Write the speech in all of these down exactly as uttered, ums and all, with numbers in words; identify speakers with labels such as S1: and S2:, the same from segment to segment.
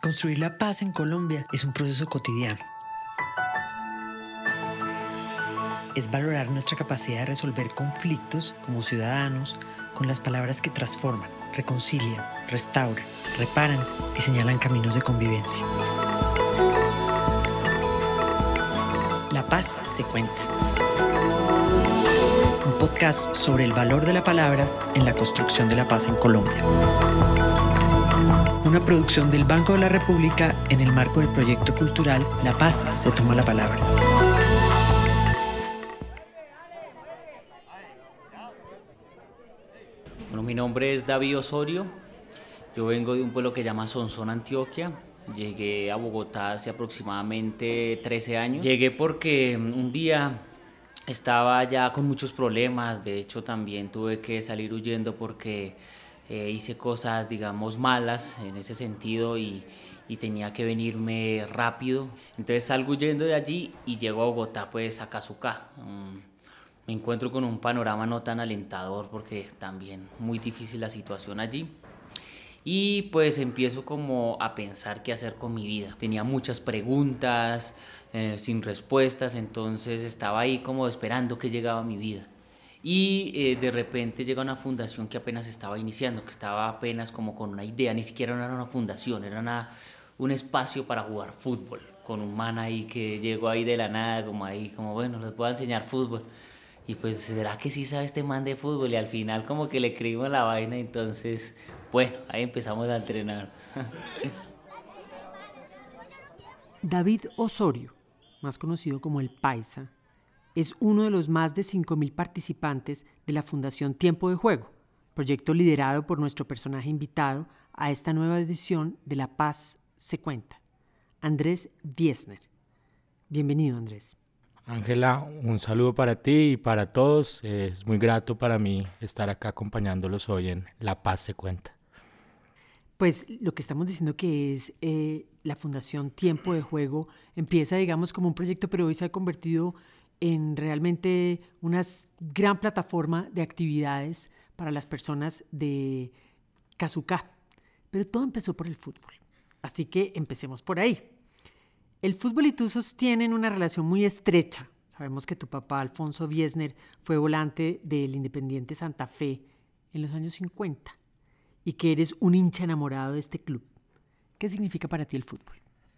S1: Construir la paz en Colombia es un proceso cotidiano. Es valorar nuestra capacidad de resolver conflictos como ciudadanos con las palabras que transforman, reconcilian, restauran, reparan y señalan caminos de convivencia. La paz se cuenta. Un podcast sobre el valor de la palabra en la construcción de la paz en Colombia. Una producción del Banco de la República en el marco del proyecto cultural La Paz se toma la palabra.
S2: Bueno, mi nombre es David Osorio. Yo vengo de un pueblo que se llama Sonsón, Antioquia. Llegué a Bogotá hace aproximadamente trece años. Llegué porque un día estaba ya con muchos problemas. De hecho, también tuve que salir huyendo porque eh, hice cosas, digamos, malas en ese sentido y, y tenía que venirme rápido. Entonces salgo huyendo de allí y llego a Bogotá, pues a Casucá. Um, me encuentro con un panorama no tan alentador porque también muy difícil la situación allí. Y pues empiezo como a pensar qué hacer con mi vida. Tenía muchas preguntas eh, sin respuestas, entonces estaba ahí como esperando que llegaba mi vida. Y eh, de repente llega una fundación que apenas estaba iniciando, que estaba apenas como con una idea, ni siquiera era una fundación, era una, un espacio para jugar fútbol, con un man ahí que llegó ahí de la nada, como ahí, como bueno, les voy a enseñar fútbol. Y pues, ¿será que sí sabe este man de fútbol? Y al final como que le creímos la vaina, entonces, bueno, ahí empezamos a entrenar.
S3: David Osorio, más conocido como El Paisa, es uno de los más de cinco mil participantes de la Fundación Tiempo de Juego, proyecto liderado por nuestro personaje invitado a esta nueva edición de La Paz se cuenta, Andrés Wiesner. Bienvenido, Andrés.
S4: Ángela, un saludo para ti y para todos. Es muy grato para mí estar acá acompañándolos hoy en La Paz se cuenta.
S3: Pues lo que estamos diciendo que es eh, la Fundación Tiempo de Juego empieza, digamos, como un proyecto, pero hoy se ha convertido en realmente una gran plataforma de actividades para las personas de Casucá. Pero todo empezó por el fútbol. Así que empecemos por ahí. El fútbol y tú sostienen una relación muy estrecha. Sabemos que tu papá, Alfonso Wiesner, fue volante del Independiente Santa Fe en los años cincuenta y que eres un hincha enamorado de este club. ¿Qué significa para ti el fútbol?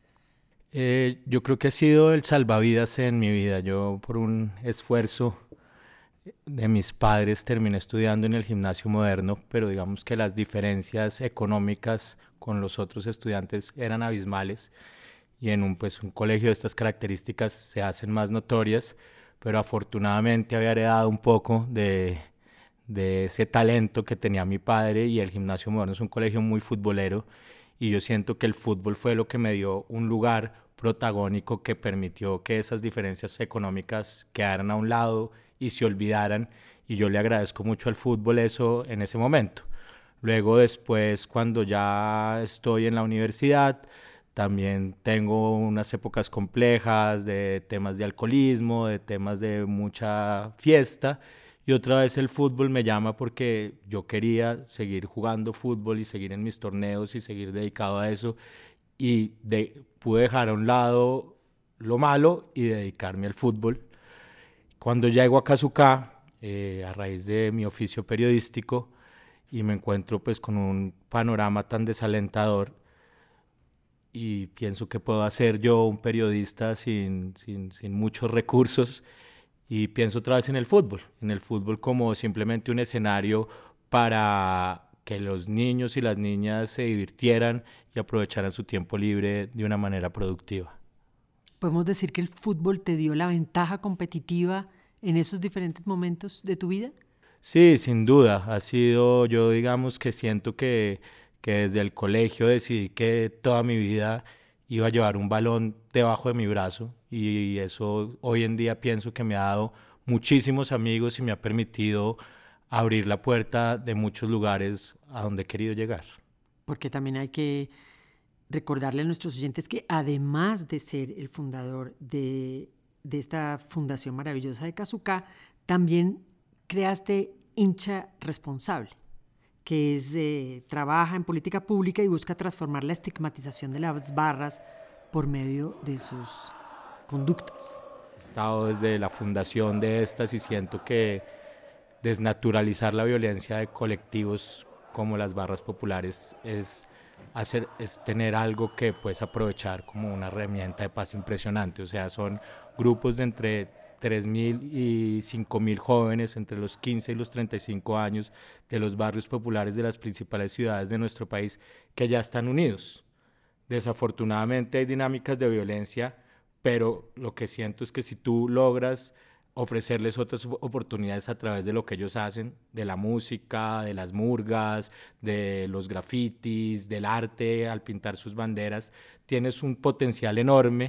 S4: Eh, yo creo que ha sido el salvavidas en mi vida. Yo, por un esfuerzo de mis padres, terminé estudiando en el Gimnasio Moderno, pero digamos que las diferencias económicas con los otros estudiantes eran abismales. Y en un, pues, un colegio de estas características se hacen más notorias, pero afortunadamente había heredado un poco de, de ese talento que tenía mi padre, y el Gimnasio Moderno es un colegio muy futbolero y yo siento que el fútbol fue lo que me dio un lugar protagónico que permitió que esas diferencias económicas quedaran a un lado y se olvidaran, y yo le agradezco mucho al fútbol eso en ese momento. Luego después, cuando ya estoy en la universidad, también tengo unas épocas complejas de temas de alcoholismo, de temas de mucha fiesta, y otra vez el fútbol me llama porque yo quería seguir jugando fútbol y seguir en mis torneos y seguir dedicado a eso, y de, pude dejar a un lado lo malo y dedicarme al fútbol. Cuando llego a Casucá, eh, a raíz de mi oficio periodístico, y me encuentro pues con un panorama tan desalentador, y pienso que puedo hacer yo un periodista sin, sin, sin muchos recursos, y pienso otra vez en el fútbol, en el fútbol como simplemente un escenario para que los niños y las niñas se divirtieran y aprovecharan su tiempo libre de una manera productiva.
S3: ¿Podemos decir que el fútbol te dio la ventaja competitiva en esos diferentes momentos de tu vida?
S4: Sí, sin duda, ha sido, yo digamos que siento que que desde el colegio decidí que toda mi vida iba a llevar un balón debajo de mi brazo, y eso hoy en día pienso que me ha dado muchísimos amigos y me ha permitido abrir la puerta de muchos lugares a donde he querido llegar.
S3: Porque también hay que recordarle a nuestros oyentes que además de ser el fundador de, de esta fundación maravillosa de Casucá, también creaste Hincha Responsable, que es, eh, trabaja en política pública y busca transformar la estigmatización de las barras por medio de sus conductas.
S4: He estado desde la fundación de estas y siento que desnaturalizar la violencia de colectivos como las barras populares es, hacer, es tener algo que puedes aprovechar como una herramienta de paz impresionante. O sea, son grupos de entre tres mil y cinco mil jóvenes entre los quince y los treinta y cinco años de los barrios populares de las principales ciudades de nuestro país que ya están unidos. Desafortunadamente hay dinámicas de violencia, pero lo que siento es que si tú logras ofrecerles otras oportunidades a través de lo que ellos hacen, de la música, de las murgas, de los grafitis, del arte, al pintar sus banderas, tienes un potencial enorme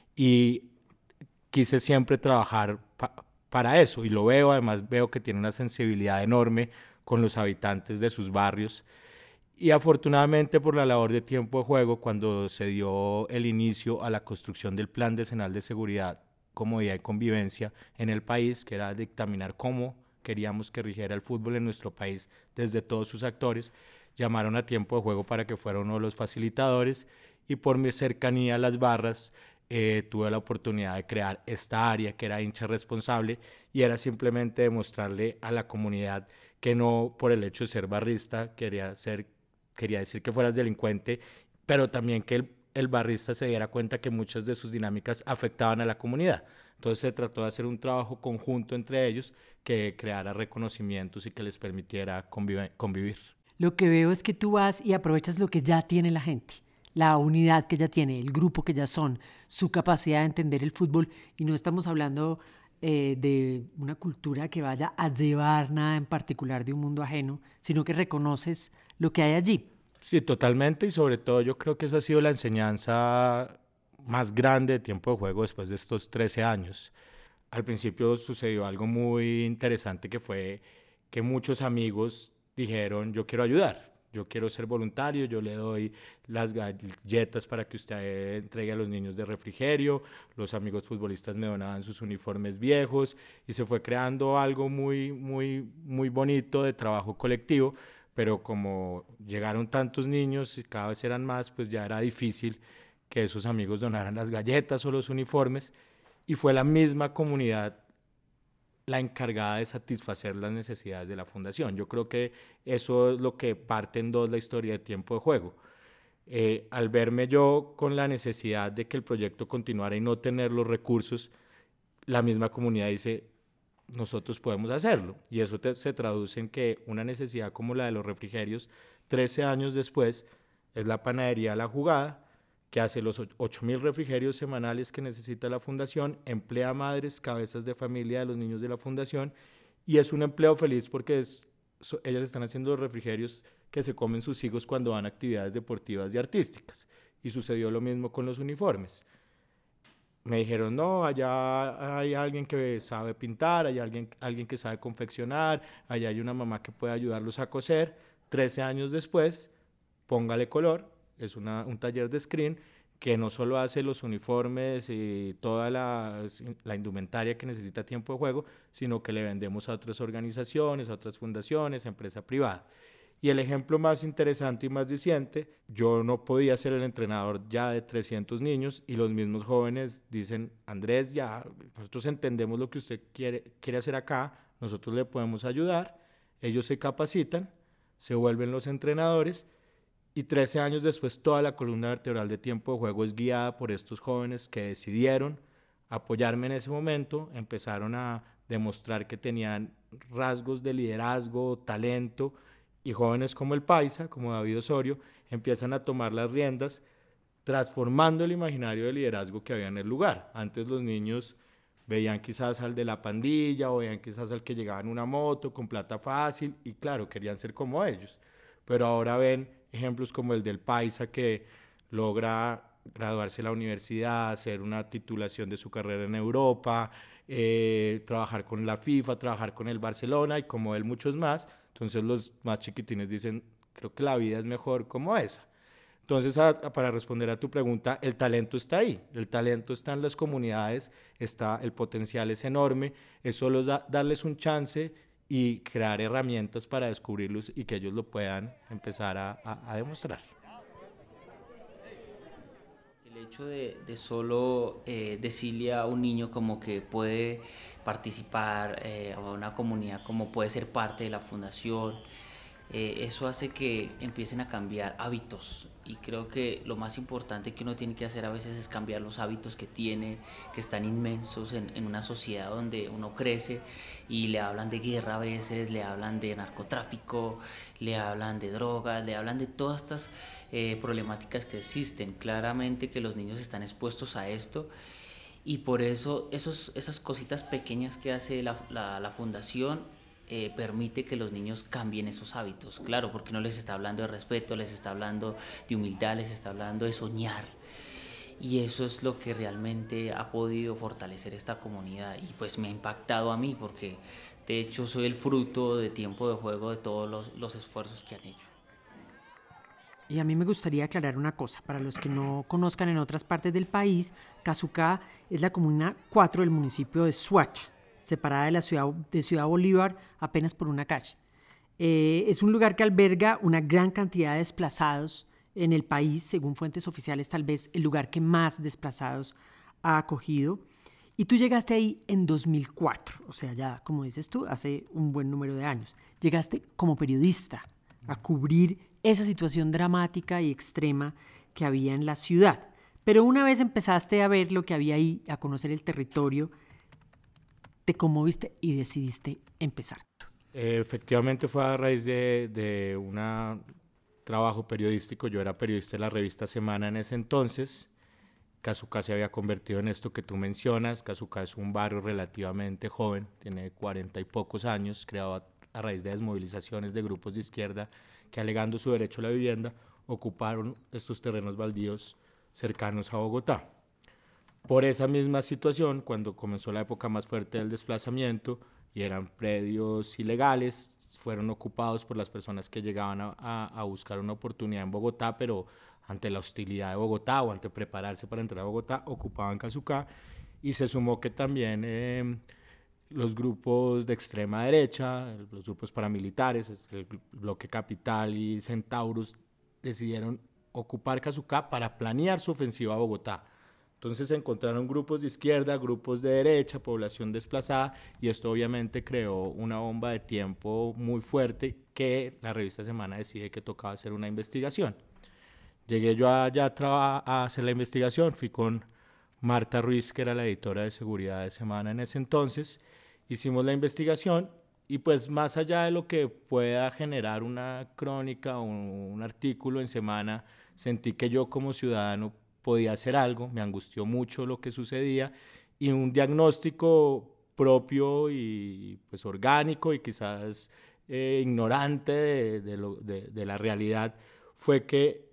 S4: y quise siempre trabajar pa- para eso y lo veo, además veo que tiene una sensibilidad enorme con los habitantes de sus barrios y afortunadamente por la labor de Tiempo de Juego, cuando se dio el inicio a la construcción del Plan Decenal de Seguridad, Comodidad y Convivencia en el país, que era dictaminar cómo queríamos que rigiera el fútbol en nuestro país desde todos sus actores, llamaron a Tiempo de Juego para que fuera uno de los facilitadores y por mi cercanía a las barras eh, tuve la oportunidad de crear esta área que era hincha responsable y era simplemente demostrarle a la comunidad que no por el hecho de ser barrista quería, ser, quería decir que fueras delincuente, pero también que el el barrista se diera cuenta que muchas de sus dinámicas afectaban a la comunidad. Entonces se trató de hacer un trabajo conjunto entre ellos que creara reconocimientos y que les permitiera convive- convivir.
S3: Lo que veo es que tú vas y aprovechas lo que ya tiene la gente, la unidad que ya tiene, el grupo que ya son, su capacidad de entender el fútbol, y no estamos hablando eh, de una cultura que vaya a llevar nada en particular de un mundo ajeno, sino que reconoces lo que hay allí.
S4: Sí, totalmente, y sobre todo yo creo que eso ha sido la enseñanza más grande de Tiempo de Juego después de estos trece años. Al principio sucedió algo muy interesante que fue que muchos amigos dijeron, yo quiero ayudar, yo quiero ser voluntario, yo le doy las galletas para que usted entregue a los niños de refrigerio, los amigos futbolistas me donaban sus uniformes viejos y se fue creando algo muy, muy, muy bonito de trabajo colectivo. Pero como llegaron tantos niños y cada vez eran más, pues ya era difícil que esos amigos donaran las galletas o los uniformes y fue la misma comunidad la encargada de satisfacer las necesidades de la fundación. Yo creo que eso es lo que parte en dos la historia de Tiempo de Juego. Eh, al verme yo con la necesidad de que el proyecto continuara y no tener los recursos, la misma comunidad dice, nosotros podemos hacerlo, y eso te, se traduce en que una necesidad como la de los refrigerios, trece años después, es la panadería La Jugada, que hace los ocho mil refrigerios semanales que necesita la fundación, emplea madres, cabezas de familia de los niños de la fundación, y es un empleo feliz porque es, so, ellas están haciendo los refrigerios que se comen sus hijos cuando van a actividades deportivas y artísticas, y sucedió lo mismo con los uniformes. Me dijeron, no, allá hay alguien que sabe pintar, hay alguien, alguien que sabe confeccionar, allá hay una mamá que puede ayudarlos a coser. trece años después, Póngale Color, es una, un taller de screen que no solo hace los uniformes y toda la, la indumentaria que necesita Tiempo de Juego, sino que le vendemos a otras organizaciones, a otras fundaciones, a empresa privada. Y el ejemplo más interesante y más diciente, yo no podía ser el entrenador ya de trescientos niños y los mismos jóvenes dicen, Andrés, ya nosotros entendemos lo que usted quiere, quiere hacer acá, nosotros le podemos ayudar, ellos se capacitan, se vuelven los entrenadores y trece años después toda la columna vertebral de Tiempo de Juego es guiada por estos jóvenes que decidieron apoyarme en ese momento, empezaron a demostrar que tenían rasgos de liderazgo, talento, y jóvenes como el Paisa, como David Osorio, empiezan a tomar las riendas, transformando el imaginario de liderazgo que había en el lugar. Antes los niños veían quizás al de la pandilla, o veían quizás al que llegaba en una moto, con plata fácil, y claro, querían ser como ellos. Pero ahora ven ejemplos como el del Paisa, que logra graduarse de la universidad, hacer una titulación de su carrera en Europa, eh, trabajar con la FIFA, trabajar con el Barcelona, y como él muchos más. Entonces los más chiquitines dicen, creo que la vida es mejor como esa. Entonces, a, a, para responder a tu pregunta, el talento está ahí, el talento está en las comunidades, está, el potencial es enorme, es solo da, darles un chance y crear herramientas para descubrirlos y que ellos lo puedan empezar a, a, a demostrar.
S2: El hecho de, de solo eh, decirle a un niño como que puede participar, eh, a una comunidad como puede ser parte de la fundación, eh, eso hace que empiecen a cambiar hábitos, y creo que lo más importante que uno tiene que hacer a veces es cambiar los hábitos que tiene, que están inmensos en, en una sociedad donde uno crece y le hablan de guerra a veces, le hablan de narcotráfico, le hablan de drogas, le hablan de todas estas eh, problemáticas que existen. Claramente que los niños están expuestos a esto, y por eso esos, esas cositas pequeñas que hace la, la, la fundación Eh, permite que los niños cambien esos hábitos. Claro, porque no les está hablando de respeto, les está hablando de humildad, les está hablando de soñar, y eso es lo que realmente ha podido fortalecer esta comunidad, y pues me ha impactado a mí, porque de hecho soy el fruto de tiempo de juego de todos los, los esfuerzos que han hecho.
S3: Y a mí me gustaría aclarar una cosa, para los que no conozcan en otras partes del país, Casucá es la comuna cuatro del municipio de Soacha, separada de la ciudad de Ciudad Bolívar apenas por una calle. Eh, es un lugar que alberga una gran cantidad de desplazados en el país, según fuentes oficiales, tal vez el lugar que más desplazados ha acogido. Y tú llegaste ahí en dos mil cuatro, o sea, ya, como dices tú, hace un buen número de años. Llegaste como periodista a cubrir esa situación dramática y extrema que había en la ciudad. Pero una vez empezaste a ver lo que había ahí, a conocer el territorio, te conmoviste y decidiste empezar.
S4: Efectivamente fue a raíz de, de un trabajo periodístico. Yo era periodista de la revista Semana en ese entonces. Casucá se había convertido en esto que tú mencionas. Casucá es un barrio relativamente joven, tiene cuarenta y pocos años, creado a, a raíz de desmovilizaciones de grupos de izquierda que, alegando su derecho a la vivienda, ocuparon estos terrenos baldíos cercanos a Bogotá. Por esa misma situación, cuando comenzó la época más fuerte del desplazamiento y eran predios ilegales, fueron ocupados por las personas que llegaban a, a, a buscar una oportunidad en Bogotá, pero ante la hostilidad de Bogotá o ante prepararse para entrar a Bogotá, ocupaban Casucá, y se sumó que también eh, los grupos de extrema derecha, los grupos paramilitares, el Bloque Capital y Centauros, decidieron ocupar Casucá para planear su ofensiva a Bogotá. Entonces se encontraron grupos de izquierda, grupos de derecha, población desplazada, y esto obviamente creó una bomba de tiempo muy fuerte que la revista Semana decide que tocaba hacer una investigación. Llegué yo allá a, a hacer la investigación, fui con Marta Ruiz, que era la editora de seguridad de Semana en ese entonces, hicimos la investigación, y pues más allá de lo que pueda generar una crónica o un artículo en Semana, sentí que yo como ciudadano podía hacer algo, me angustió mucho lo que sucedía, y un diagnóstico propio y pues orgánico y quizás eh, ignorante de, de, lo, de, de la realidad fue que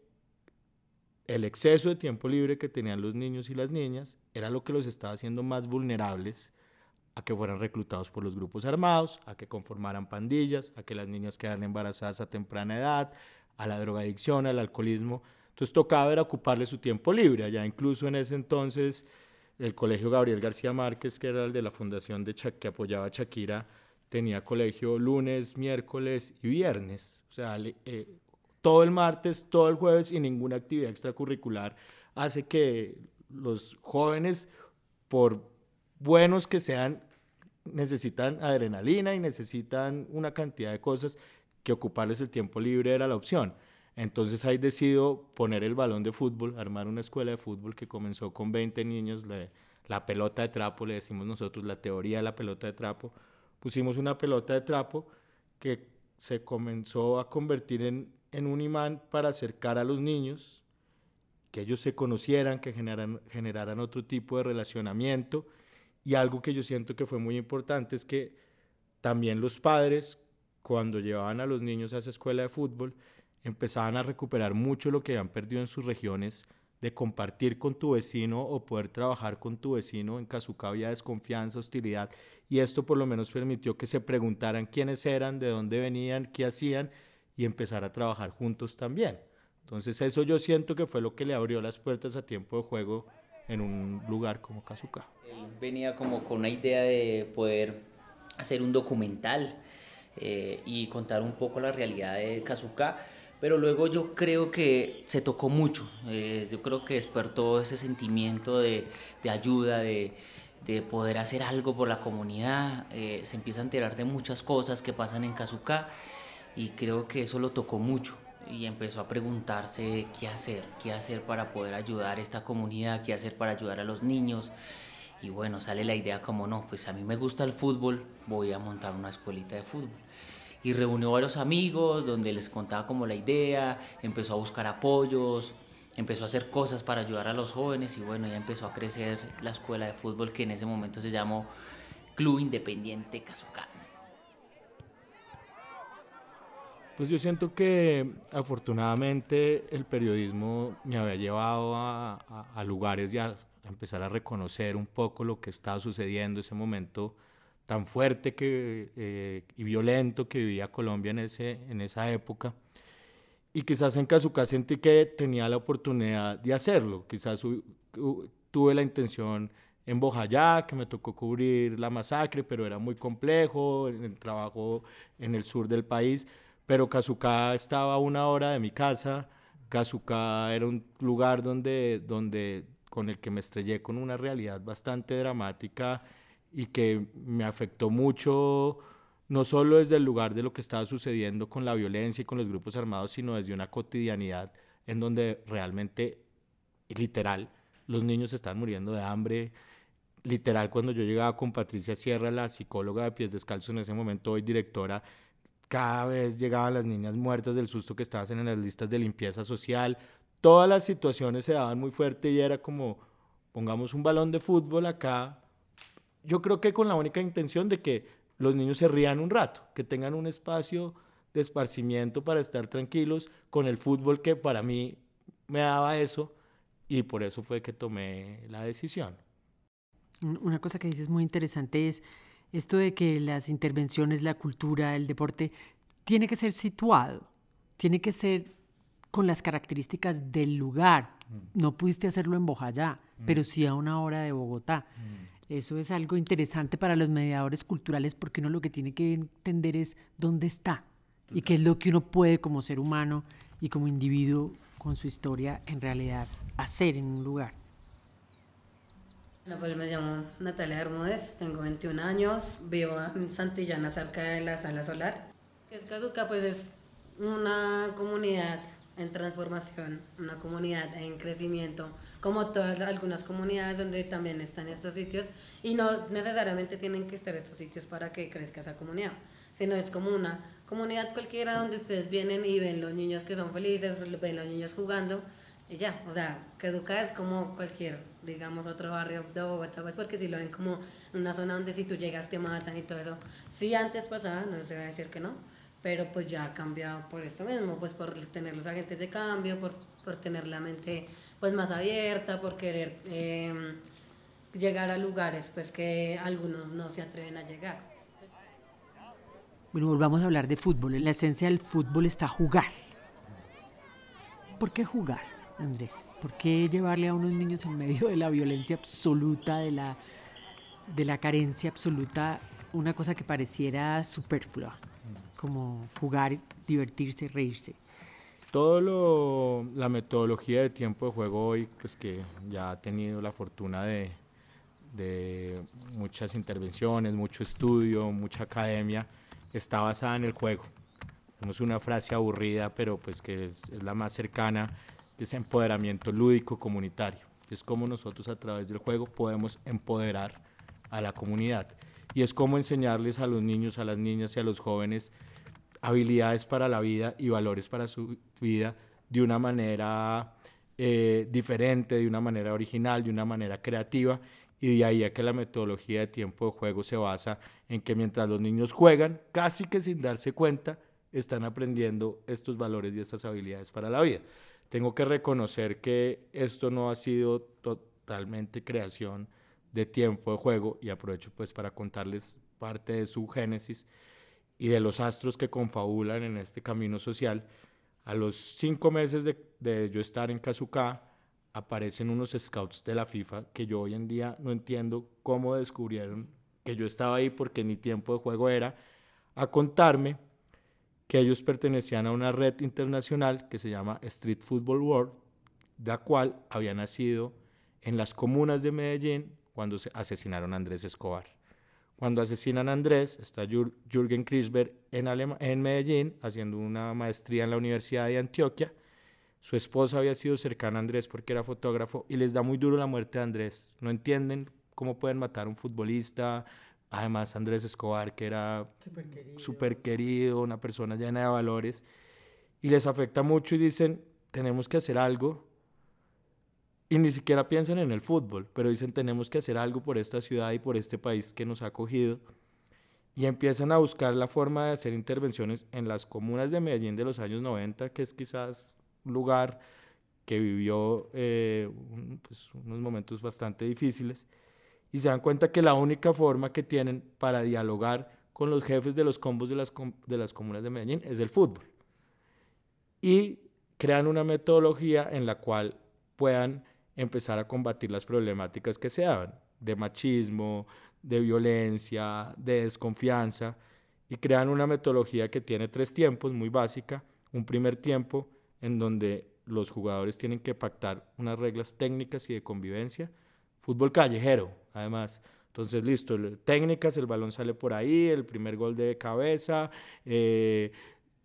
S4: el exceso de tiempo libre que tenían los niños y las niñas era lo que los estaba haciendo más vulnerables a que fueran reclutados por los grupos armados, a que conformaran pandillas, a que las niñas quedaran embarazadas a temprana edad, a la drogadicción, al alcoholismo. Entonces tocaba era ocuparle su tiempo libre. Allá incluso en ese entonces el colegio Gabriel García Márquez, que era el de la fundación de Ch- que apoyaba a Shakira, tenía colegio lunes, miércoles y viernes. O sea, eh, todo el martes, todo el jueves, y ninguna actividad extracurricular hace que los jóvenes, por buenos que sean, necesitan adrenalina y necesitan una cantidad de cosas que ocuparles el tiempo libre era la opción. Entonces ahí decido poner el balón de fútbol, armar una escuela de fútbol que comenzó con veinte niños, la, la pelota de trapo, le decimos nosotros, la teoría de la pelota de trapo. Pusimos una pelota de trapo que se comenzó a convertir en, en un imán para acercar a los niños, que ellos se conocieran, que generaran, generaran otro tipo de relacionamiento. Y algo que yo siento que fue muy importante es que también los padres, cuando llevaban a los niños a esa escuela de fútbol, empezaban a recuperar mucho lo que habían perdido en sus regiones, de compartir con tu vecino o poder trabajar con tu vecino. En Casucá había desconfianza, hostilidad, y esto por lo menos permitió que se preguntaran quiénes eran, de dónde venían, qué hacían, y empezar a trabajar juntos también. Entonces eso yo siento que fue lo que le abrió las puertas a Tiempo de Juego en un lugar como Casucá.
S2: Él venía como con una idea de poder hacer un documental eh, y contar un poco la realidad de Kazuka. Pero luego yo creo que se tocó mucho, eh, yo creo que despertó ese sentimiento de, de ayuda, de, de poder hacer algo por la comunidad, eh, se empieza a enterar de muchas cosas que pasan en Kazuka y creo que eso lo tocó mucho y empezó a preguntarse qué hacer, qué hacer para poder ayudar a esta comunidad, qué hacer para ayudar a los niños. Y bueno, sale la idea como no, pues a mí me gusta el fútbol, voy a montar una escuelita de fútbol. Y reunió varios amigos donde les contaba como la idea, empezó a buscar apoyos, empezó a hacer cosas para ayudar a los jóvenes y bueno, ya empezó a crecer la escuela de fútbol que en ese momento se llamó Club Independiente Kazuka.
S4: Pues yo siento que afortunadamente el periodismo me había llevado a, a, a lugares y a, a empezar a reconocer un poco lo que estaba sucediendo, ese momento tan fuerte que, eh, y violento que vivía Colombia en, ese, en esa época. Y quizás en Kazuka sentí que tenía la oportunidad de hacerlo. Quizás uh, uh, tuve la intención en Bojayá, que me tocó cubrir la masacre, pero era muy complejo, en el trabajo en el sur del país. Pero Kazuka estaba a una hora de mi casa. Kazuka era un lugar donde, donde, con el que me estrellé con una realidad bastante dramática y que me afectó mucho, no solo desde el lugar de lo que estaba sucediendo con la violencia y con los grupos armados, sino desde una cotidianidad en donde realmente, literal, los niños están muriendo de hambre. Literal, cuando yo llegaba con Patricia Sierra, la psicóloga de Pies Descalzos en ese momento, hoy directora, cada vez llegaban las niñas muertas del susto que estaban en las listas de limpieza social. Todas las situaciones se daban muy fuerte y era como, pongamos un balón de fútbol acá. Yo creo que con la única intención de que los niños se rían un rato, que tengan un espacio de esparcimiento para estar tranquilos con el fútbol, que para mí me daba eso, y por eso fue que tomé la decisión.
S3: Una cosa que dices muy interesante es esto de que las intervenciones, la cultura, el deporte, tiene que ser situado, tiene que ser con las características del lugar. Mm. No pudiste hacerlo en Bojayá, mm. pero sí a una hora de Bogotá. Mm. Eso es algo interesante para los mediadores culturales porque uno lo que tiene que entender es dónde está y qué es lo que uno puede como ser humano y como individuo con su historia en realidad hacer en un lugar.
S5: Bueno, pues me llamo Natalia Bermúdez, tengo veintiún años, vivo en Santillana, cerca de la Sala Solar. ¿Qué es Kazuka? Pues es una comunidad en transformación, una comunidad en crecimiento, como todas algunas comunidades donde también están estos sitios, y no necesariamente tienen que estar estos sitios para que crezca esa comunidad, sino es como una comunidad cualquiera donde ustedes vienen y ven los niños que son felices, ven los niños jugando, y ya, o sea, Kazuka es como cualquier, digamos, otro barrio de Bogotá, pues porque si lo ven como una zona donde si tú llegas te matan y todo eso, sí antes pasaba, no se va a decir que no, pero pues ya ha cambiado por esto mismo, pues por tener los agentes de cambio, por, por tener la mente pues más abierta, por querer eh, llegar a lugares pues que algunos no se atreven a llegar.
S3: Bueno, volvamos a hablar de fútbol. En la esencia del fútbol está jugar. ¿Por qué jugar, Andrés? ¿Por qué llevarle a unos niños en medio de la violencia absoluta, de la, de la carencia absoluta, una cosa que pareciera superflua? Como jugar, divertirse, reírse.
S4: Todo lo, la metodología de tiempo de juego hoy, pues que ya ha tenido la fortuna de, de muchas intervenciones, mucho estudio, mucha academia, está basada en el juego. No es una frase aburrida, pero pues que es, es la más cercana, que es empoderamiento lúdico comunitario. Es como nosotros a través del juego podemos empoderar a la comunidad. Y es como enseñarles a los niños, a las niñas y a los jóvenes habilidades para la vida y valores para su vida de una manera eh, diferente, de una manera original, de una manera creativa, y de ahí a que la metodología de tiempo de juego se basa en que mientras los niños juegan, casi que sin darse cuenta, están aprendiendo estos valores y estas habilidades para la vida. Tengo que reconocer que esto no ha sido totalmente creación de tiempo de juego, y aprovecho pues para contarles parte de su génesis y de los astros que confabulan en este camino social. A los cinco meses de, de yo estar en Kazuka, aparecen unos scouts de la FIFA que yo hoy en día no entiendo cómo descubrieron que yo estaba ahí, porque ni tiempo de juego era. a contarme que ellos pertenecían a una red internacional que se llama Street Football World, la cual había nacido en las comunas de Medellín cuando se asesinaron a Andrés Escobar. Cuando asesinan a Andrés, está Jür- Jürgen Kreisberg en, Alema- en Medellín haciendo una maestría en la Universidad de Antioquia. Su esposa había sido cercana a Andrés porque era fotógrafo y les da muy duro la muerte de Andrés. No entienden cómo pueden matar a un futbolista. Además, Andrés Escobar, que era súper querido. super querido, una persona llena de valores, y les afecta mucho y dicen, tenemos que hacer algo. Y ni siquiera piensan en el fútbol, pero dicen, tenemos que hacer algo por esta ciudad y por este país que nos ha acogido. Y empiezan a buscar la forma de hacer intervenciones en las comunas de Medellín de los años noventa, que es quizás un lugar que vivió eh, un, pues, unos momentos bastante difíciles. Y se dan cuenta que la única forma que tienen para dialogar con los jefes de los combos de las, com de las comunas de Medellín es el fútbol. Y crean una metodología en la cual puedan empezar a combatir las problemáticas que se daban, de machismo, de violencia, de desconfianza, y crean una metodología que tiene tres tiempos, muy básica. Un primer tiempo en donde los jugadores tienen que pactar unas reglas técnicas y de convivencia, fútbol callejero, además. Entonces, listo, técnicas, el balón sale por ahí, el primer gol de cabeza, eh,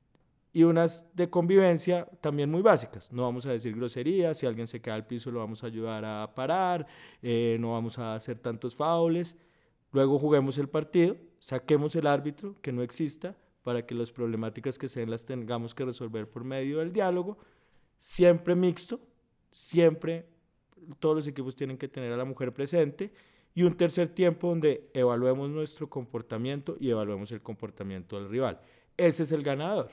S4: y unas de convivencia también muy básicas. No vamos a decir groserías, si alguien se queda al piso lo vamos a ayudar a parar, eh, no vamos a hacer tantos faules. Luego juguemos el partido, saquemos el árbitro, que no exista, para que las problemáticas que se den las tengamos que resolver por medio del diálogo, siempre mixto, siempre todos los equipos tienen que tener a la mujer presente, y un tercer tiempo donde evaluemos nuestro comportamiento y evaluemos el comportamiento del rival. Ese es el ganador.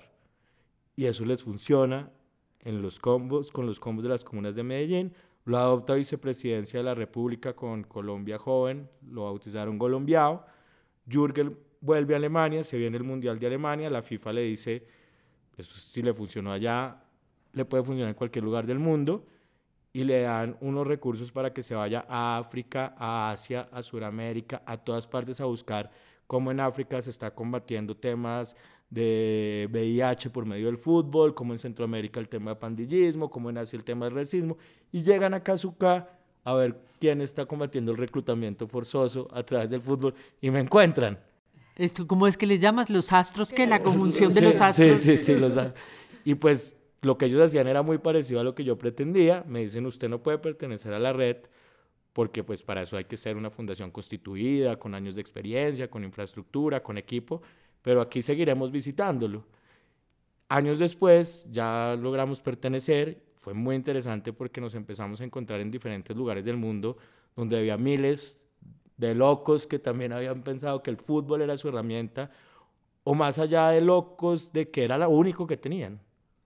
S4: Y eso les funciona en los combos, con los combos de las comunas de Medellín. Lo adopta Vicepresidencia de la República con Colombia Joven, lo bautizaron Colombiao. Jürgen vuelve a Alemania, se viene el Mundial de Alemania, la FIFA le dice, eso si le funcionó allá, le puede funcionar en cualquier lugar del mundo, y le dan unos recursos para que se vaya a África, a Asia, a Sudamérica, a todas partes a buscar cómo en África se está combatiendo temas de V I H por medio del fútbol, como en Centroamérica el tema de pandillismo, como en Asia el tema del racismo, y llegan a Kazuka a ver quién está combatiendo el reclutamiento forzoso a través del fútbol, y me encuentran.
S3: Esto, ¿cómo es que le llamas? ¿Los astros? ¿Qué? ¿La conjunción de
S4: sí,
S3: los astros?
S4: Sí, sí, sí, los astros. Y pues lo que ellos hacían era muy parecido a lo que yo pretendía. Me dicen, usted no puede pertenecer a la red, porque pues para eso hay que ser una fundación constituida, con años de experiencia, con infraestructura, con equipo, pero aquí seguiremos visitándolo. Años después ya logramos pertenecer, fue muy interesante porque nos empezamos a encontrar en diferentes lugares del mundo donde había miles de locos que también habían pensado que el fútbol era su herramienta, o más allá de locos de que era lo único que tenían.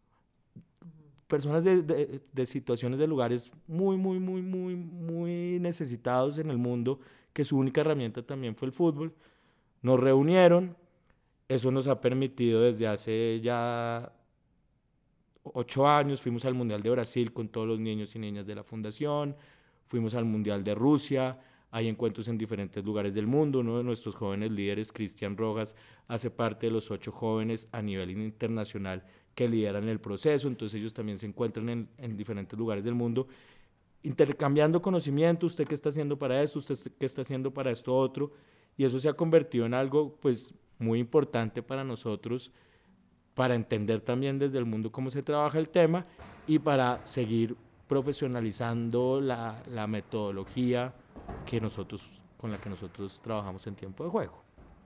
S4: Personas de, de, de situaciones de lugares muy, muy, muy, muy, muy necesitados en el mundo, que su única herramienta también fue el fútbol. Nos reunieron. Eso nos ha permitido desde hace ya ocho años, fuimos al Mundial de Brasil con todos los niños y niñas de la fundación, fuimos al Mundial de Rusia, hay encuentros en diferentes lugares del mundo. Uno de nuestros jóvenes líderes, Cristian Rojas, hace parte de los ocho jóvenes a nivel internacional que lideran el proceso, entonces ellos también se encuentran en, en diferentes lugares del mundo, intercambiando conocimiento, usted qué está haciendo para esto, usted qué está haciendo para esto otro, y eso se ha convertido en algo pues muy importante para nosotros, para entender también desde el mundo cómo se trabaja el tema y para seguir profesionalizando la, la metodología que nosotros, con la que nosotros trabajamos en tiempo de juego.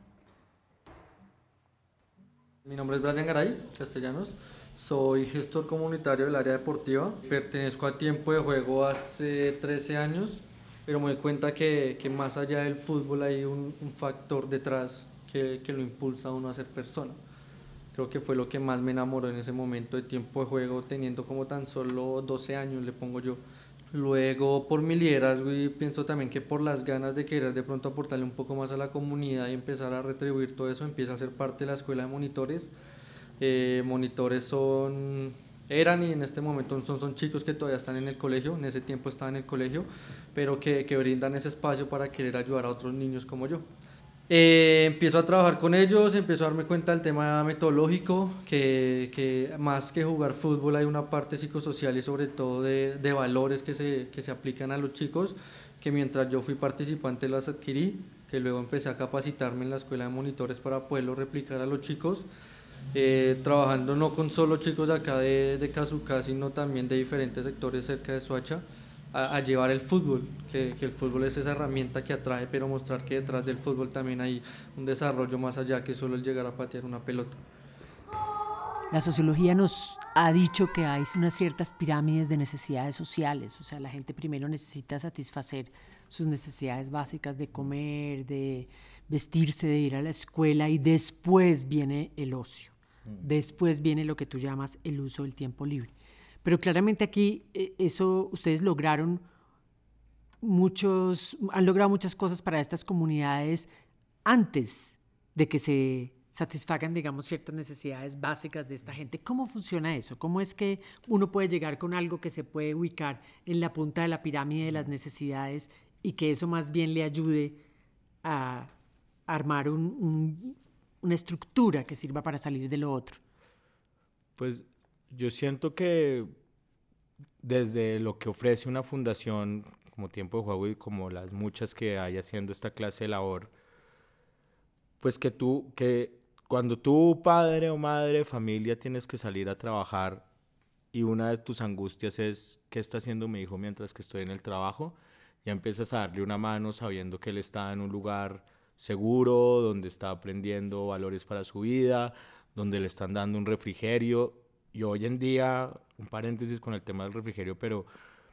S6: Mi nombre es Brian Garay Castellanos, soy gestor comunitario del área deportiva, pertenezco a Tiempo de Juego hace trece años, pero me doy cuenta que, que más allá del fútbol hay un, un factor detrás que, que lo impulsa a uno a ser persona. Creo que fue lo que más me enamoró en ese momento de Tiempo de Juego, teniendo como tan solo doce años, le pongo yo. Luego, por mi liderazgo, y pienso también que por las ganas de querer de pronto aportarle un poco más a la comunidad y empezar a retribuir todo eso, empieza a ser parte de la escuela de monitores. Eh, monitores son, eran y en este momento son, son chicos que todavía están en el colegio, en ese tiempo estaban en el colegio, pero que, que brindan ese espacio para querer ayudar a otros niños como yo. Eh, empiezo a trabajar con ellos, empiezo a darme cuenta del tema metodológico, que, que más que jugar fútbol hay una parte psicosocial y sobre todo de, de valores que se, que se aplican a los chicos, que mientras yo fui participante las adquirí, que luego empecé a capacitarme en la escuela de monitores para poderlo replicar a los chicos, eh, trabajando no con solo chicos de acá de, de Casucá, sino también de diferentes sectores cerca de Soacha, A, a llevar el fútbol, que, que el fútbol es esa herramienta que atrae, pero mostrar que detrás del fútbol también hay un desarrollo más allá que solo el llegar a patear una pelota.
S3: La sociología nos ha dicho que hay unas ciertas pirámides de necesidades sociales, o sea, la gente primero necesita satisfacer sus necesidades básicas de comer, de vestirse, de ir a la escuela, y después viene el ocio, después viene lo que tú llamas el uso del tiempo libre. Pero claramente aquí eh, eso ustedes lograron muchos, han logrado muchas cosas para estas comunidades antes de que se satisfagan, digamos, ciertas necesidades básicas de esta gente. ¿Cómo funciona eso? ¿Cómo es que uno puede llegar con algo que se puede ubicar en la punta de la pirámide de las necesidades y que eso más bien le ayude a armar un, un, una estructura que sirva para salir de lo otro?
S4: Pues yo siento que desde lo que ofrece una fundación como Tiempo de Juego y como las muchas que hay haciendo esta clase de labor, pues que tú, que cuando tú, padre o madre, familia, tienes que salir a trabajar y una de tus angustias es ¿qué está haciendo mi hijo mientras que estoy en el trabajo? Ya empiezas a darle una mano sabiendo que él está en un lugar seguro, donde está aprendiendo valores para su vida, donde le están dando un refrigerio. Y hoy en día, un paréntesis con el tema del refrigerio, pero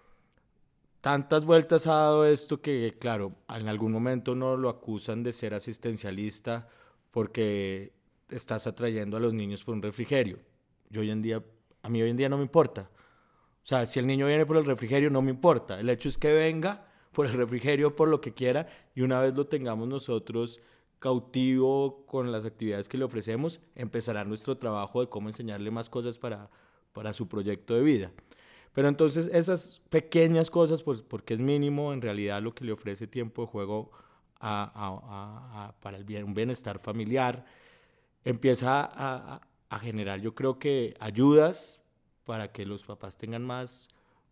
S4: tantas vueltas ha dado esto que, claro, en algún momento no lo acusan de ser asistencialista porque estás atrayendo a los niños por un refrigerio. Yo hoy en día, a mí hoy en día no me importa. O sea, si el niño viene por el refrigerio, no me importa. El hecho es que venga por el refrigerio, por lo que quiera, y una vez lo tengamos nosotros cautivo con las actividades que le ofrecemos, empezará nuestro trabajo de cómo enseñarle más cosas para, para su proyecto de vida. Pero entonces esas pequeñas cosas, pues, porque es mínimo en realidad lo que le ofrece Tiempo de Juego a, a, a, a, para el bien, un bienestar familiar, empieza a, a, a generar, yo creo que ayudas para que los papás tengan más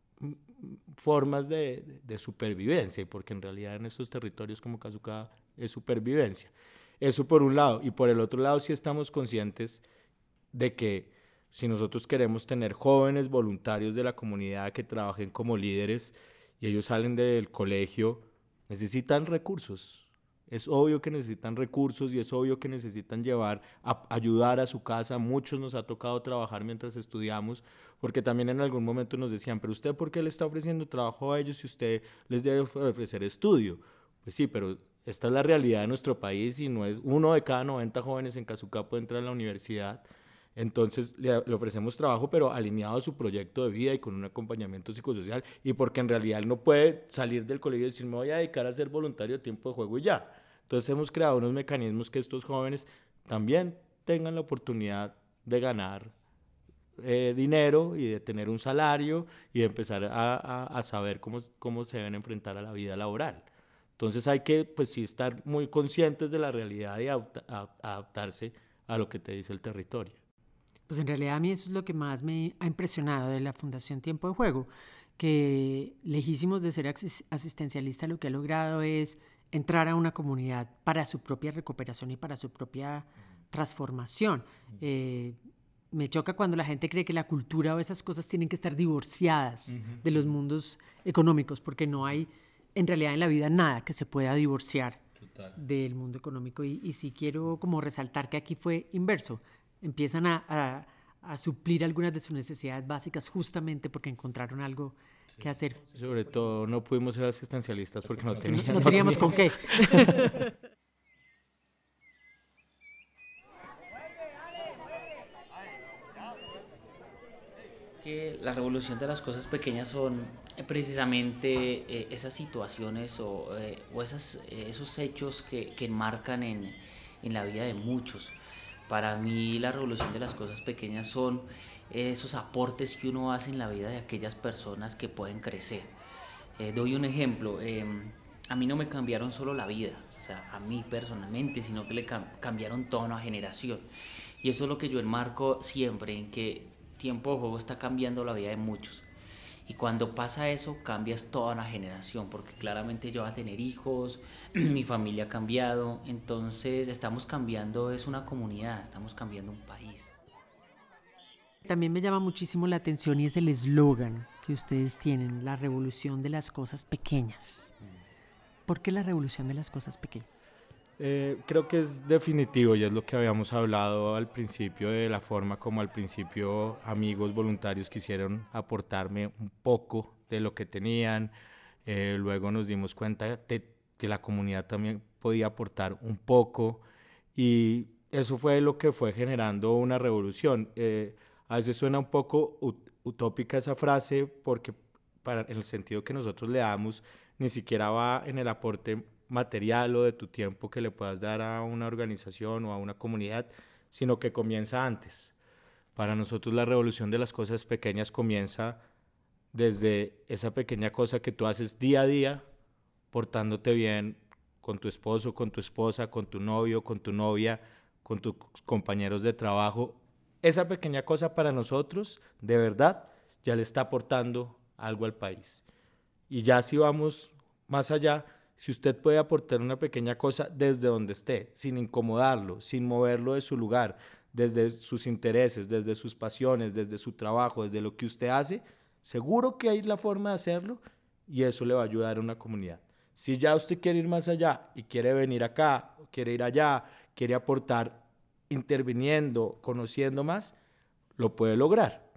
S4: formas de, de, de supervivencia, porque en realidad en estos territorios como Casucá es supervivencia. Eso por un lado. Y por el otro lado sí estamos conscientes de que si nosotros queremos tener jóvenes voluntarios de la comunidad que trabajen como líderes y ellos salen del colegio, necesitan recursos. Es obvio que necesitan recursos y es obvio que necesitan llevar, a, ayudar a su casa. Muchos nos ha tocado trabajar mientras estudiamos, porque también en algún momento nos decían, pero usted, ¿por qué le está ofreciendo trabajo a ellos si usted les debe ofrecer estudio? Pues sí, pero esta es la realidad de nuestro país y no es uno de cada noventa jóvenes en Casucá puede entrar a la universidad. Entonces le, le ofrecemos trabajo, pero alineado a su proyecto de vida y con un acompañamiento psicosocial, y porque en realidad él no puede salir del colegio y decir, me voy a dedicar a ser voluntario de Tiempo de Juego y ya. Entonces hemos creado unos mecanismos que estos jóvenes también tengan la oportunidad de ganar eh, dinero y de tener un salario y de empezar a, a, a saber cómo, cómo se deben enfrentar a la vida laboral. Entonces hay que, pues sí, estar muy conscientes de la realidad y adapta, a, adaptarse a lo que te dice el territorio.
S3: Pues en realidad a mí eso es lo que más me ha impresionado de la Fundación Tiempo de Juego, que lejísimos de ser asistencialista, lo que ha logrado es entrar a una comunidad para su propia recuperación y para su propia transformación. Uh-huh. Eh, me choca cuando la gente cree que la cultura o esas cosas tienen que estar divorciadas uh-huh. de los mundos económicos, porque no hay en realidad en la vida nada que se pueda divorciar Total. Del mundo económico. Y, y sí quiero como resaltar que aquí fue inverso. Empiezan a, a, a suplir algunas de sus necesidades básicas justamente porque encontraron algo sí. que hacer.
S4: Sobre todo no pudimos ser asistencialistas porque no, teníamos,
S3: no teníamos con qué.
S2: Que la revolución de las cosas pequeñas son precisamente eh, esas situaciones o, eh, o esas, eh, esos hechos que, que enmarcan en, en la vida de muchos. Para mí la revolución de las cosas pequeñas son esos aportes que uno hace en la vida de aquellas personas que pueden crecer. Eh, doy un ejemplo, eh, a mí no me cambiaron solo la vida, sea, a mí personalmente, sino que le cam- cambiaron toda una generación. Y eso es lo que yo enmarco siempre, en que tiempo de juego está cambiando la vida de muchos. Y cuando pasa eso, cambias toda una generación, porque claramente yo voy a tener hijos, mi familia ha cambiado, entonces estamos cambiando, es una comunidad, estamos cambiando un país.
S3: También me llama muchísimo la atención y es el eslogan que ustedes tienen, la revolución de las cosas pequeñas. ¿Por qué la revolución de las cosas pequeñas?
S4: Eh, creo que es definitivo y es lo que habíamos hablado al principio, de la forma como al principio amigos voluntarios quisieron aportarme un poco de lo que tenían. Eh, luego nos dimos cuenta de que la comunidad también podía aportar un poco y eso fue lo que fue generando una revolución. Eh, a veces suena un poco ut- utópica esa frase porque para, en el sentido que nosotros le damos ni siquiera va en el aporte material o de tu tiempo que le puedas dar a una organización o a una comunidad, sino que comienza antes. Para nosotros la revolución de las cosas pequeñas comienza desde esa pequeña cosa que tú haces día a día, portándote bien con tu esposo, con tu esposa, con tu novio, con tu novia, con tus compañeros de trabajo. Esa pequeña cosa para nosotros, de verdad, ya le está aportando algo al país. Y ya si vamos más allá, si usted puede aportar una pequeña cosa desde donde esté, sin incomodarlo, sin moverlo de su lugar, desde sus intereses, desde sus pasiones, desde su trabajo, desde lo que usted hace, seguro que hay la forma de hacerlo y eso le va a ayudar a una comunidad. Si ya usted quiere ir más allá y quiere venir acá, quiere ir allá, quiere aportar interviniendo, conociendo más, lo puede lograr.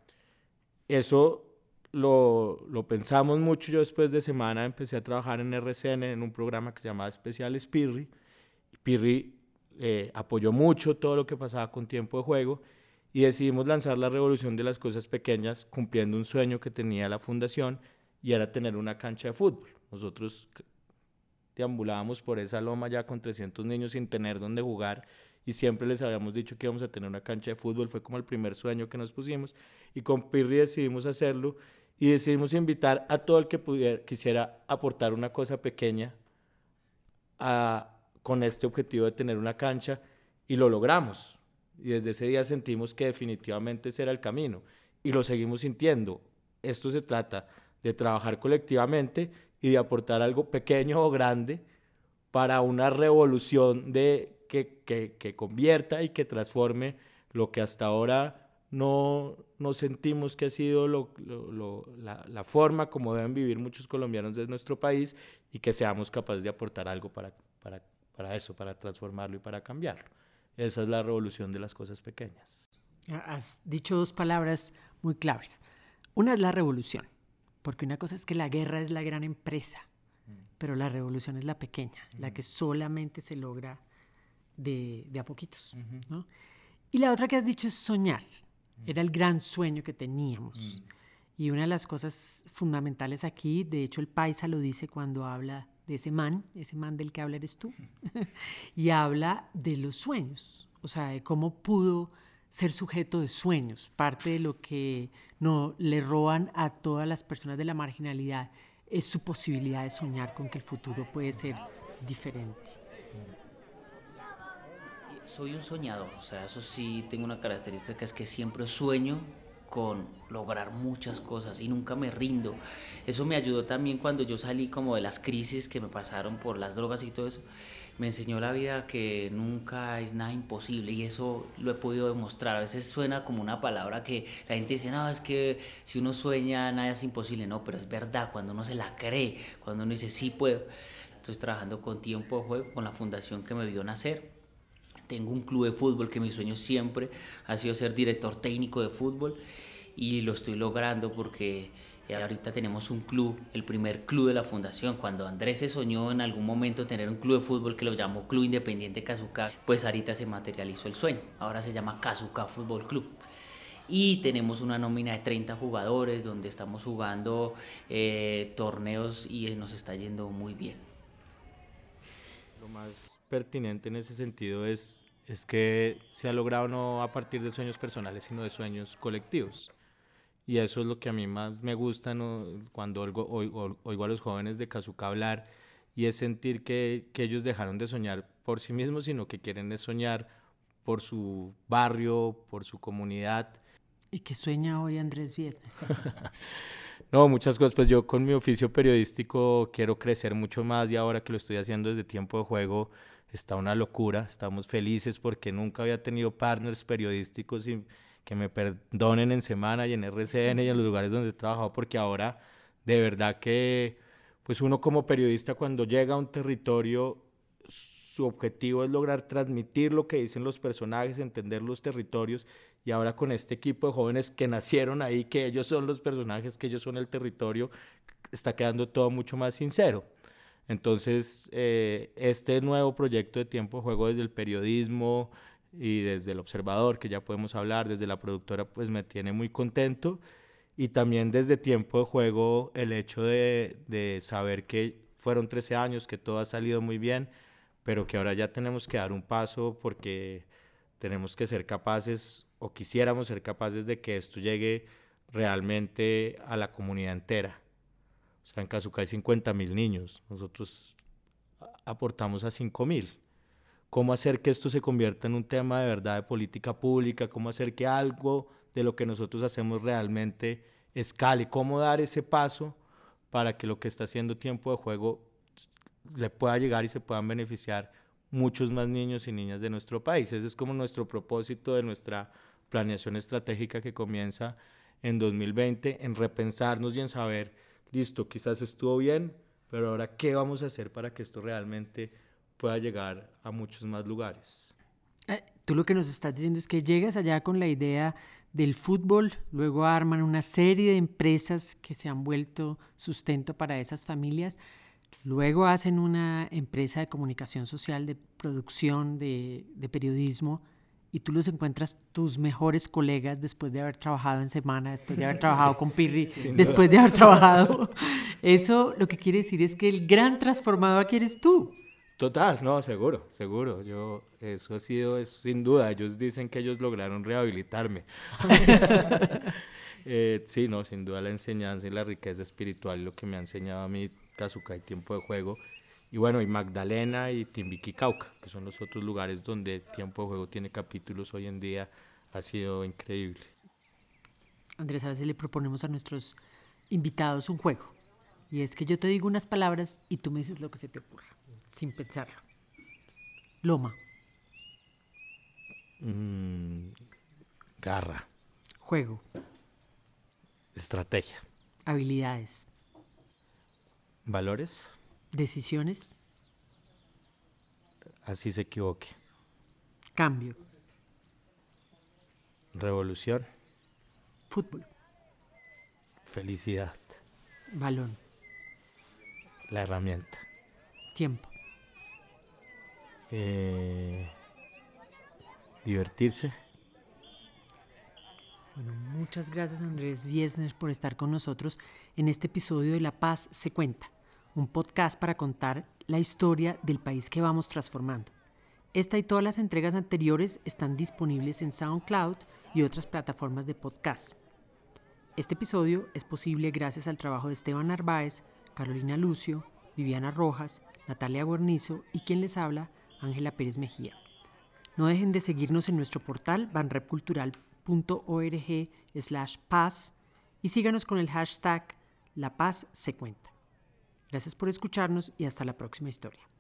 S4: Eso Lo, lo pensamos mucho. Yo después de semana empecé a trabajar en R C N en un programa que se llamaba Especiales Pirri. Pirri eh, apoyó mucho todo lo que pasaba con tiempo de juego y decidimos lanzar la revolución de las cosas pequeñas cumpliendo un sueño que tenía la fundación y era tener una cancha de fútbol. Nosotros deambulábamos por esa loma ya con trescientos niños sin tener dónde jugar y siempre les habíamos dicho que íbamos a tener una cancha de fútbol. Fue como el primer sueño que nos pusimos y con Pirri decidimos hacerlo. Y decidimos invitar a todo el que pudiera, quisiera aportar una cosa pequeña a, con este objetivo de tener una cancha y lo logramos. Y desde ese día sentimos que definitivamente ese era el camino y lo seguimos sintiendo. Esto se trata de trabajar colectivamente y de aportar algo pequeño o grande para una revolución de, que, que, que convierta y que transforme lo que hasta ahora No, no sentimos que ha sido lo, lo, lo, la, la forma como deben vivir muchos colombianos de nuestro país y que seamos capaces de aportar algo para, para, para eso, para transformarlo y para cambiarlo. Esa es la revolución de las cosas pequeñas.
S3: Has dicho dos palabras muy claves. Una es la revolución, porque una cosa es que la guerra es la gran empresa, mm. pero la revolución es la pequeña, mm. la que solamente se logra de, de a poquitos, mm-hmm. ¿no? Y la otra que has dicho es soñar. Era el gran sueño que teníamos. Mm. Y una de las cosas fundamentales aquí, de hecho el Paisa lo dice cuando habla de ese man, ese man del que habla eres tú, y habla de los sueños, o sea, de cómo pudo ser sujeto de sueños. Parte de lo que no le roban a todas las personas de la marginalidad es su posibilidad de soñar con que el futuro puede ser diferente.
S2: Soy un soñador, o sea, eso sí, tengo una característica, es que siempre sueño con lograr muchas cosas y nunca me rindo. Eso me ayudó también cuando yo salí como de las crisis que me pasaron por las drogas y todo eso. Me enseñó la vida que nunca es nada imposible y eso lo he podido demostrar. A veces suena como una palabra que la gente dice, no, es que si uno sueña nada es imposible. No, pero es verdad, cuando uno se la cree, cuando uno dice, sí puedo. Estoy trabajando con Tiempo de Juego, con la fundación que me vio nacer. Tengo un club de fútbol que mi sueño siempre ha sido ser director técnico de fútbol y lo estoy logrando porque ahorita tenemos un club, el primer club de la fundación. Cuando Andrés se soñó en algún momento tener un club de fútbol que lo llamó Club Independiente Casucá, pues ahorita se materializó el sueño. Ahora se llama Casucá Fútbol Club. Y tenemos una nómina de treinta jugadores donde estamos jugando eh, torneos y nos está yendo muy bien.
S4: Lo más pertinente en ese sentido es, es que se ha logrado no a partir de sueños personales, sino de sueños colectivos. Y eso es lo que a mí más me gusta, ¿no? Cuando oigo, oigo, oigo a los jóvenes de Casucá hablar y es sentir que, que ellos dejaron de soñar por sí mismos, sino que quieren es soñar por su barrio, por su comunidad.
S3: ¿Y qué sueña hoy Andrés Viesner?
S4: No, muchas cosas. Pues yo con mi oficio periodístico quiero crecer mucho más y ahora que lo estoy haciendo desde Tiempo de Juego está una locura. Estamos felices porque nunca había tenido partners periodísticos y que me perdonen en Semana y en R C N y en los lugares donde he trabajado, porque ahora de verdad que pues uno como periodista cuando llega a un territorio su objetivo es lograr transmitir lo que dicen los personajes, entender los territorios, y ahora con este equipo de jóvenes que nacieron ahí, que ellos son los personajes, que ellos son el territorio, está quedando todo mucho más sincero. Entonces, eh, este nuevo proyecto de Tiempo de Juego desde el periodismo y desde el observador, que ya podemos hablar, desde la productora, pues me tiene muy contento, y también desde Tiempo de Juego el hecho de, de saber que fueron trece años, que todo ha salido muy bien, pero que ahora ya tenemos que dar un paso porque tenemos que ser capaces, o quisiéramos ser capaces de que esto llegue realmente a la comunidad entera. O sea, en Casuca hay cincuenta mil niños, nosotros aportamos a cinco mil. ¿Cómo hacer que esto se convierta en un tema de verdad de política pública? ¿Cómo hacer que algo de lo que nosotros hacemos realmente escale? ¿Cómo dar ese paso para que lo que está haciendo Tiempo de Juego le pueda llegar y se puedan beneficiar muchos más niños y niñas de nuestro país? Ese es como nuestro propósito de nuestra planeación estratégica que comienza en dos mil veinte, en repensarnos y en saber, listo, quizás estuvo bien, pero ahora ¿qué vamos a hacer para que esto realmente pueda llegar a muchos más lugares?
S3: Eh, tú lo que nos estás diciendo es que llegas allá con la idea del fútbol, luego arman una serie de empresas que se han vuelto sustento para esas familias, luego hacen una empresa de comunicación social, de producción, de, de periodismo, y tú los encuentras tus mejores colegas después de haber trabajado en Semana, después de haber trabajado sí, con Pirri, después duda. de haber trabajado. Eso lo que quiere decir es que el gran transformador aquí eres tú.
S4: Total, no, seguro, seguro. Yo, eso ha sido, es, sin duda. Ellos dicen que ellos lograron rehabilitarme. eh, sí, no, sin duda la enseñanza y la riqueza espiritual, lo que me ha enseñado a mí Casuca y Tiempo de Juego. Y bueno, y Magdalena y Timbiquí, Cauca, que son los otros lugares donde Tiempo de Juego tiene capítulos hoy en día, ha sido increíble.
S3: Andrés, a veces le proponemos a nuestros invitados un juego. Y es que yo te digo unas palabras y tú me dices lo que se te ocurra, sin pensarlo. Loma.
S4: Mm, garra.
S3: Juego.
S4: Estrategia.
S3: Habilidades.
S4: Valores.
S3: Decisiones.
S4: Así se equivoque.
S3: Cambio.
S4: Revolución.
S3: Fútbol.
S4: Felicidad.
S3: Balón.
S4: La herramienta.
S3: Tiempo.
S4: Eh, divertirse.
S3: Bueno, muchas gracias Andrés Viesner por estar con nosotros en este episodio de La Paz se cuenta, un podcast para contar la historia del país que vamos transformando. Esta y todas las entregas anteriores están disponibles en SoundCloud y otras plataformas de podcast. Este episodio es posible gracias al trabajo de Esteban Narváez, Carolina Lucio, Viviana Rojas, Natalia Guarnizo y quien les habla, Ángela Pérez Mejía. No dejen de seguirnos en nuestro portal banrepcultural punto org slash paz y síganos con el hashtag La Paz se cuenta. Gracias por escucharnos y hasta la próxima historia.